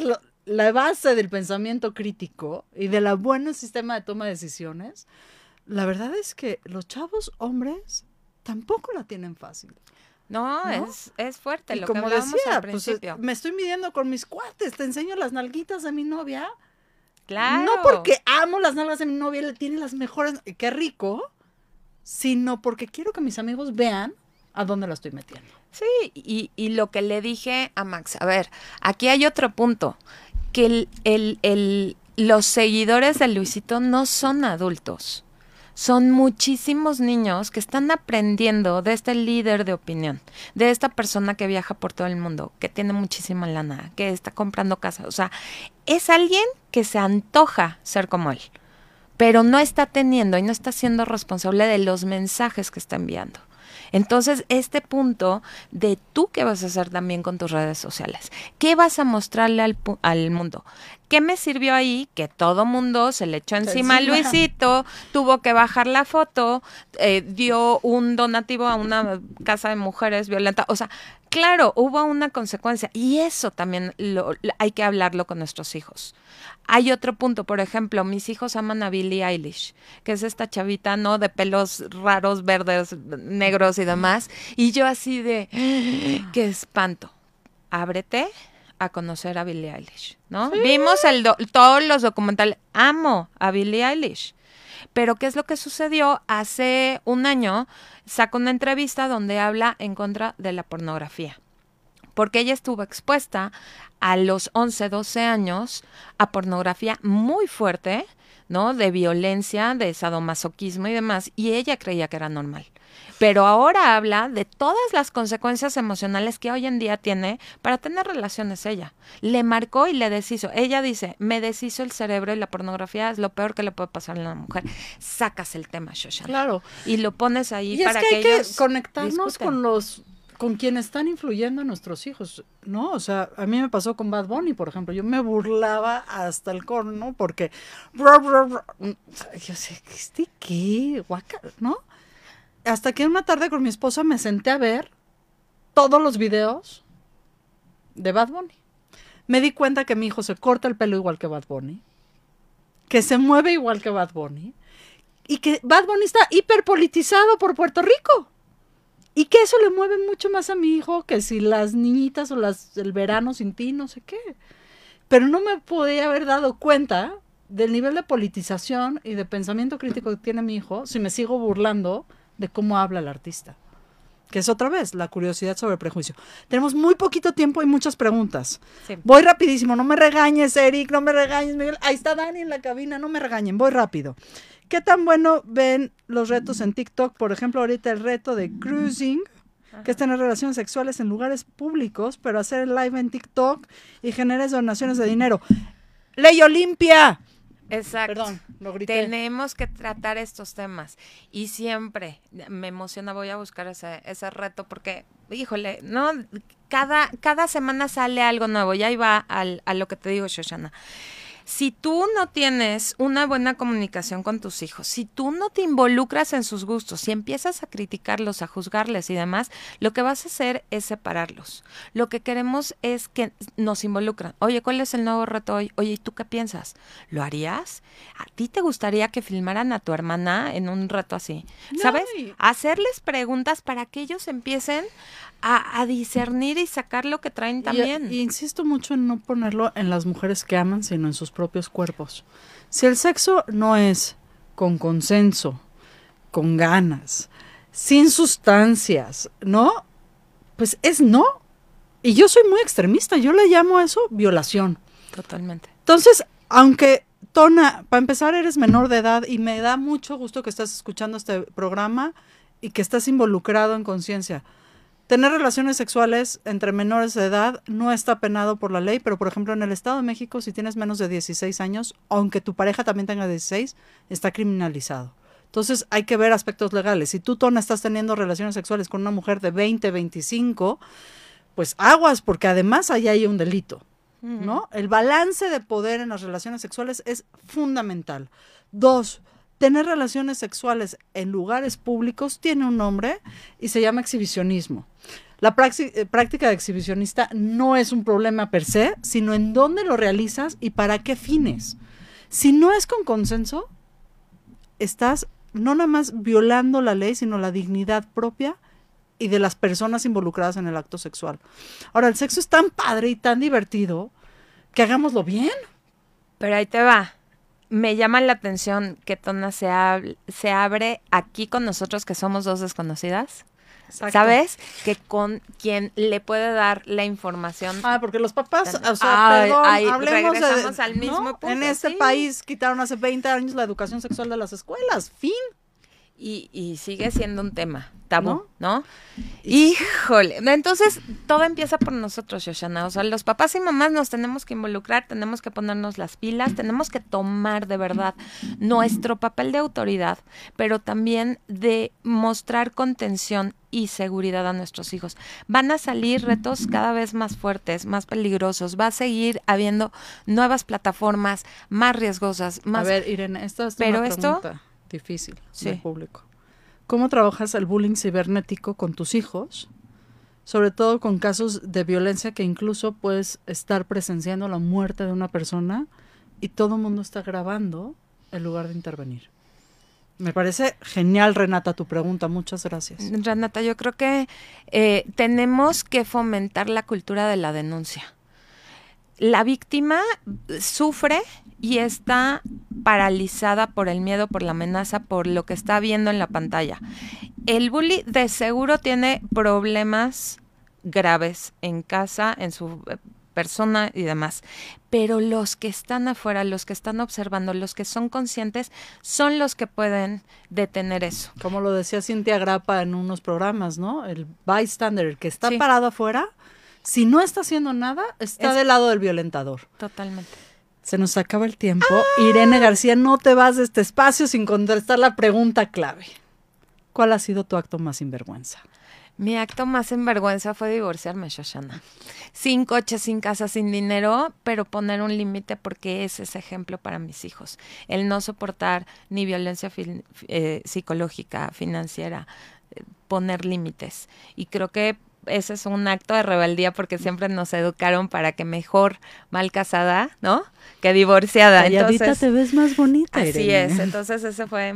la base del pensamiento crítico y de la buena sistema de toma de decisiones, la verdad es que los chavos hombres tampoco la tienen fácil. No, es fuerte, y lo como que hablábamos decía, al principio. Pues, me estoy midiendo con mis cuates, te enseño las nalguitas de mi novia. Claro. No porque amo las nalgas de mi novia, le tiene las mejores, qué rico, sino porque quiero que mis amigos vean a dónde la estoy metiendo. Sí, y lo que le dije a Max, a ver, aquí hay otro punto, que los seguidores de Luisito no son adultos. Son muchísimos niños que están aprendiendo de este líder de opinión, de esta persona que viaja por todo el mundo, que tiene muchísima lana, que está comprando casa. O sea, es alguien que se antoja ser como él, pero no está teniendo y no está siendo responsable de los mensajes que está enviando. Entonces, este punto de tú qué vas a hacer también con tus redes sociales, qué vas a mostrarle al mundo. ¿Qué me sirvió ahí? Que todo mundo se le echó encima a Luisito, tuvo que bajar la foto, dio un donativo a una casa de mujeres violentas. O sea, claro, hubo una consecuencia y eso también hay que hablarlo con nuestros hijos. Hay otro punto, por ejemplo, mis hijos aman a Billie Eilish, que es esta chavita, ¿no? De pelos raros, verdes, negros y demás. Y yo así de, ¡qué espanto! Ábrete a conocer a Billie Eilish, ¿no? Sí. Vimos todos los documentales. Amo a Billie Eilish. Pero ¿qué es lo que sucedió? Hace un año sacó una entrevista donde habla en contra de la pornografía. Porque ella estuvo expuesta a los 11, 12 años a pornografía muy fuerte, ¿no? De violencia, de sadomasoquismo y demás. Y ella creía que era normal. Pero ahora habla de todas las consecuencias emocionales que hoy en día tiene para tener relaciones ella. Le marcó y le deshizo. Ella dice, me deshizo el cerebro y la pornografía es lo peor que le puede pasar a una mujer. Sacas el tema, Shoshana. Claro. Y lo pones ahí y para que que ellos hay que conectarnos con quienes están influyendo en nuestros hijos, ¿no? O sea, a mí me pasó con Bad Bunny, por ejemplo. Yo me burlaba hasta el corno porque... Yo sé, ¿qué? Guaca, ¿no? Hasta que una tarde con mi esposa me senté a ver todos los videos de Bad Bunny. Me di cuenta que mi hijo se corta el pelo igual que Bad Bunny, que se mueve igual que Bad Bunny, y que Bad Bunny está hiperpolitizado por Puerto Rico. Y que eso le mueve mucho más a mi hijo que si las niñitas o el verano sin ti, no sé qué. Pero no me podía haber dado cuenta del nivel de politización y de pensamiento crítico que tiene mi hijo si me sigo burlando de cómo habla el artista. Que es otra vez la curiosidad sobre el prejuicio. Tenemos muy poquito tiempo y muchas preguntas. Sí. Voy rapidísimo, no me regañes, Eric, no me regañes, Miguel. Ahí está Dani en la cabina, no me regañen, voy rápido. ¿Qué tan bueno ven los retos en TikTok? Por ejemplo, ahorita el reto de cruising, que es tener relaciones sexuales en lugares públicos, pero hacer el live en TikTok y generar donaciones de dinero. ¡Ley Olimpia! Exacto. Perdón, lo grité. Tenemos que tratar estos temas. Y siempre me emociona, voy a buscar ese reto porque, híjole, no, cada semana sale algo nuevo. Y ahí va a lo que te digo, Shoshana. Si tú no tienes una buena comunicación con tus hijos, si tú no te involucras en sus gustos, si empiezas a criticarlos, a juzgarles y demás, lo que vas a hacer es separarlos. Lo que queremos es que nos involucren. Oye, ¿cuál es el nuevo reto hoy? Oye, ¿y tú qué piensas? ¿Lo harías? ¿A ti te gustaría que filmaran a tu hermana en un reto así? No. ¿Sabes? Hacerles preguntas para que ellos empiecen a discernir y sacar lo que traen también. Y insisto mucho en no ponerlo en las mujeres que aman, sino en sus propios cuerpos. Si el sexo no es con consenso, con ganas, sin sustancias, ¿no? Pues es no. Y yo soy muy extremista, yo le llamo a eso violación. Totalmente. Entonces, aunque, Tona, para empezar eres menor de edad y me da mucho gusto que estás escuchando este programa y que estás involucrado en conciencia. Tener relaciones sexuales entre menores de edad no está penado por la ley, pero por ejemplo en el Estado de México, si tienes menos de 16 años, aunque tu pareja también tenga 16, está criminalizado. Entonces hay que ver aspectos legales. Si tú, Tona, estás teniendo relaciones sexuales con una mujer de 20, 25, pues aguas, porque además ahí hay un delito, ¿no? El balance de poder en las relaciones sexuales es fundamental. 2, tener relaciones sexuales en lugares públicos tiene un nombre y se llama exhibicionismo. La práctica de exhibicionista no es un problema per se, sino en dónde lo realizas y para qué fines. Si no es con consenso, estás no nada más violando la ley, sino la dignidad propia y de las personas involucradas en el acto sexual. Ahora, el sexo es tan padre y tan divertido que hagámoslo bien. Pero ahí te va. Me llama la atención que Tona se abre aquí con nosotros, que somos dos desconocidas. Exacto. ¿Sabes? Que con quien le puede dar la información. Porque los papás, perdón, regresamos al mismo punto. En este país quitaron hace 20 años la educación sexual de las escuelas, fin. Y sigue siendo un tema tabú, ¿no? Híjole. Entonces, todo empieza por nosotros, Shoshana. O sea, los papás y mamás nos tenemos que involucrar, tenemos que ponernos las pilas, tenemos que tomar de verdad nuestro papel de autoridad, pero también de mostrar contención y seguridad a nuestros hijos. Van a salir retos cada vez más fuertes, más peligrosos. Va a seguir habiendo nuevas plataformas más riesgosas. Más... A ver, Irene, esta es una pregunta difícil del público. ¿Cómo trabajas el bullying cibernético con tus hijos? Sobre todo con casos de violencia que incluso puedes estar presenciando la muerte de una persona y todo el mundo está grabando en lugar de intervenir. Me parece genial, Renata, tu pregunta. Muchas gracias. Renata, yo creo que tenemos que fomentar la cultura de la denuncia. La víctima sufre y está paralizada por el miedo, por la amenaza, por lo que está viendo en la pantalla. El bully de seguro tiene problemas graves en casa, en su persona y demás. Pero los que están afuera, los que están observando, los que son conscientes, son los que pueden detener eso. Como lo decía Cintia Grappa en unos programas, ¿no? El bystander, el que está parado afuera, si no está haciendo nada, está del lado del violentador. Totalmente. Se nos acaba el tiempo. Irene García, no te vas de este espacio sin contestar la pregunta clave. ¿Cuál ha sido tu acto más sinvergüenza? Mi acto más sinvergüenza fue divorciarme, Shoshana. Sin coche, sin casa, sin dinero, pero poner un límite porque ese es ejemplo para mis hijos. El no soportar ni violencia psicológica, financiera, poner límites. Y creo que ese es un acto de rebeldía porque siempre nos educaron para que mejor mal casada, ¿no? Que divorciada. Calladita. Entonces, te ves más bonita, así Irene. es. Entonces ese fue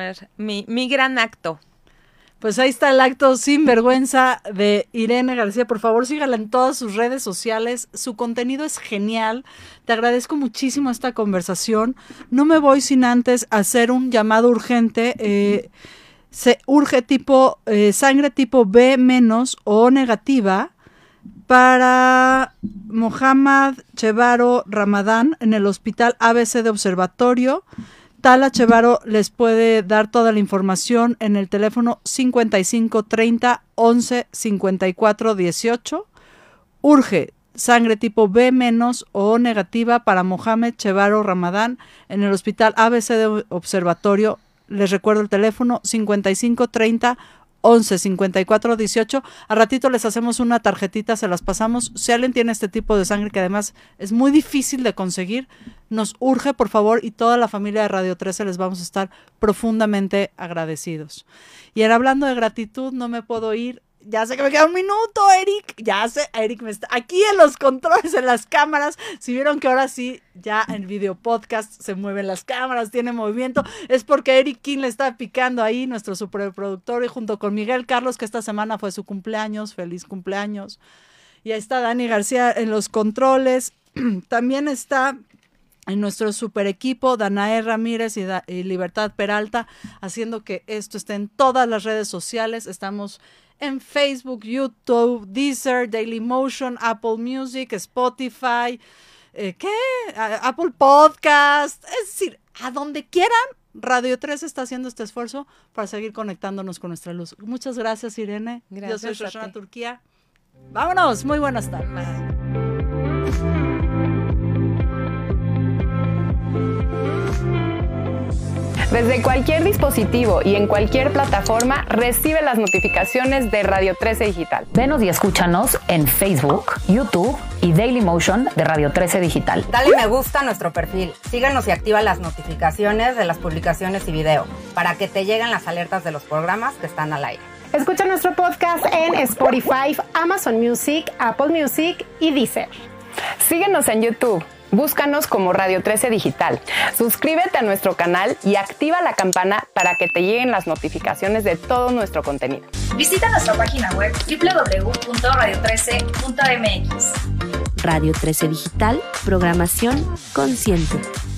mi gran acto. Pues ahí está el acto sinvergüenza de Irene García. Por favor, sígala en todas sus redes sociales. Su contenido es genial. Te agradezco muchísimo esta conversación. No me voy sin antes hacer un llamado urgente. Se urge sangre tipo B- o negativa para Mohammad Chevaro Ramadán en el Hospital ABC de Observatorio. Tala Chevaro les puede dar toda la información en el teléfono 55 30 11 54 18. Urge sangre tipo B- o negativa para Mohamed Chevaro Ramadán en el Hospital ABC de Observatorio. Les recuerdo el teléfono 55 30 11 54 18. A ratito les hacemos una tarjetita, se las pasamos. Si alguien tiene este tipo de sangre, que además es muy difícil de conseguir, nos urge, por favor, y toda la familia de Radio 13 les vamos a estar profundamente agradecidos. Y en hablando de gratitud, no me puedo ir. Ya sé que me queda un minuto, Eric. Ya sé, Eric me está aquí en los controles, en las cámaras. Si vieron que ahora sí, ya en video podcast se mueven las cámaras, tiene movimiento. Es porque Eric King le está picando ahí, nuestro superproductor, y junto con Miguel Carlos, que esta semana fue su cumpleaños. Feliz cumpleaños. Y ahí está Dani García en los controles. También está en nuestro super equipo, Danae Ramírez y Libertad Peralta, haciendo que esto esté en todas las redes sociales. Estamos en Facebook, YouTube, Deezer, Dailymotion, Apple Music, Spotify, Apple Podcast, es decir, a donde quieran. Radio 3 está haciendo este esfuerzo para seguir conectándonos con nuestra luz. Muchas gracias, Irene. Gracias. Yo soy Shoshana Turquía. Vámonos, muy buenas tardes. Desde cualquier dispositivo y en cualquier plataforma, recibe las notificaciones de Radio 13 Digital. Venos y escúchanos en Facebook, YouTube y Dailymotion de Radio 13 Digital. Dale me gusta a nuestro perfil, síguenos y activa las notificaciones de las publicaciones y video para que te lleguen las alertas de los programas que están al aire. Escucha nuestro podcast en Spotify, Amazon Music, Apple Music y Deezer. Síguenos en YouTube. Búscanos como Radio 13 Digital. Suscríbete a nuestro canal y activa la campana para que te lleguen las notificaciones de todo nuestro contenido. Visita nuestra página web www.radio13.mx. Radio 13 Digital, programación consciente.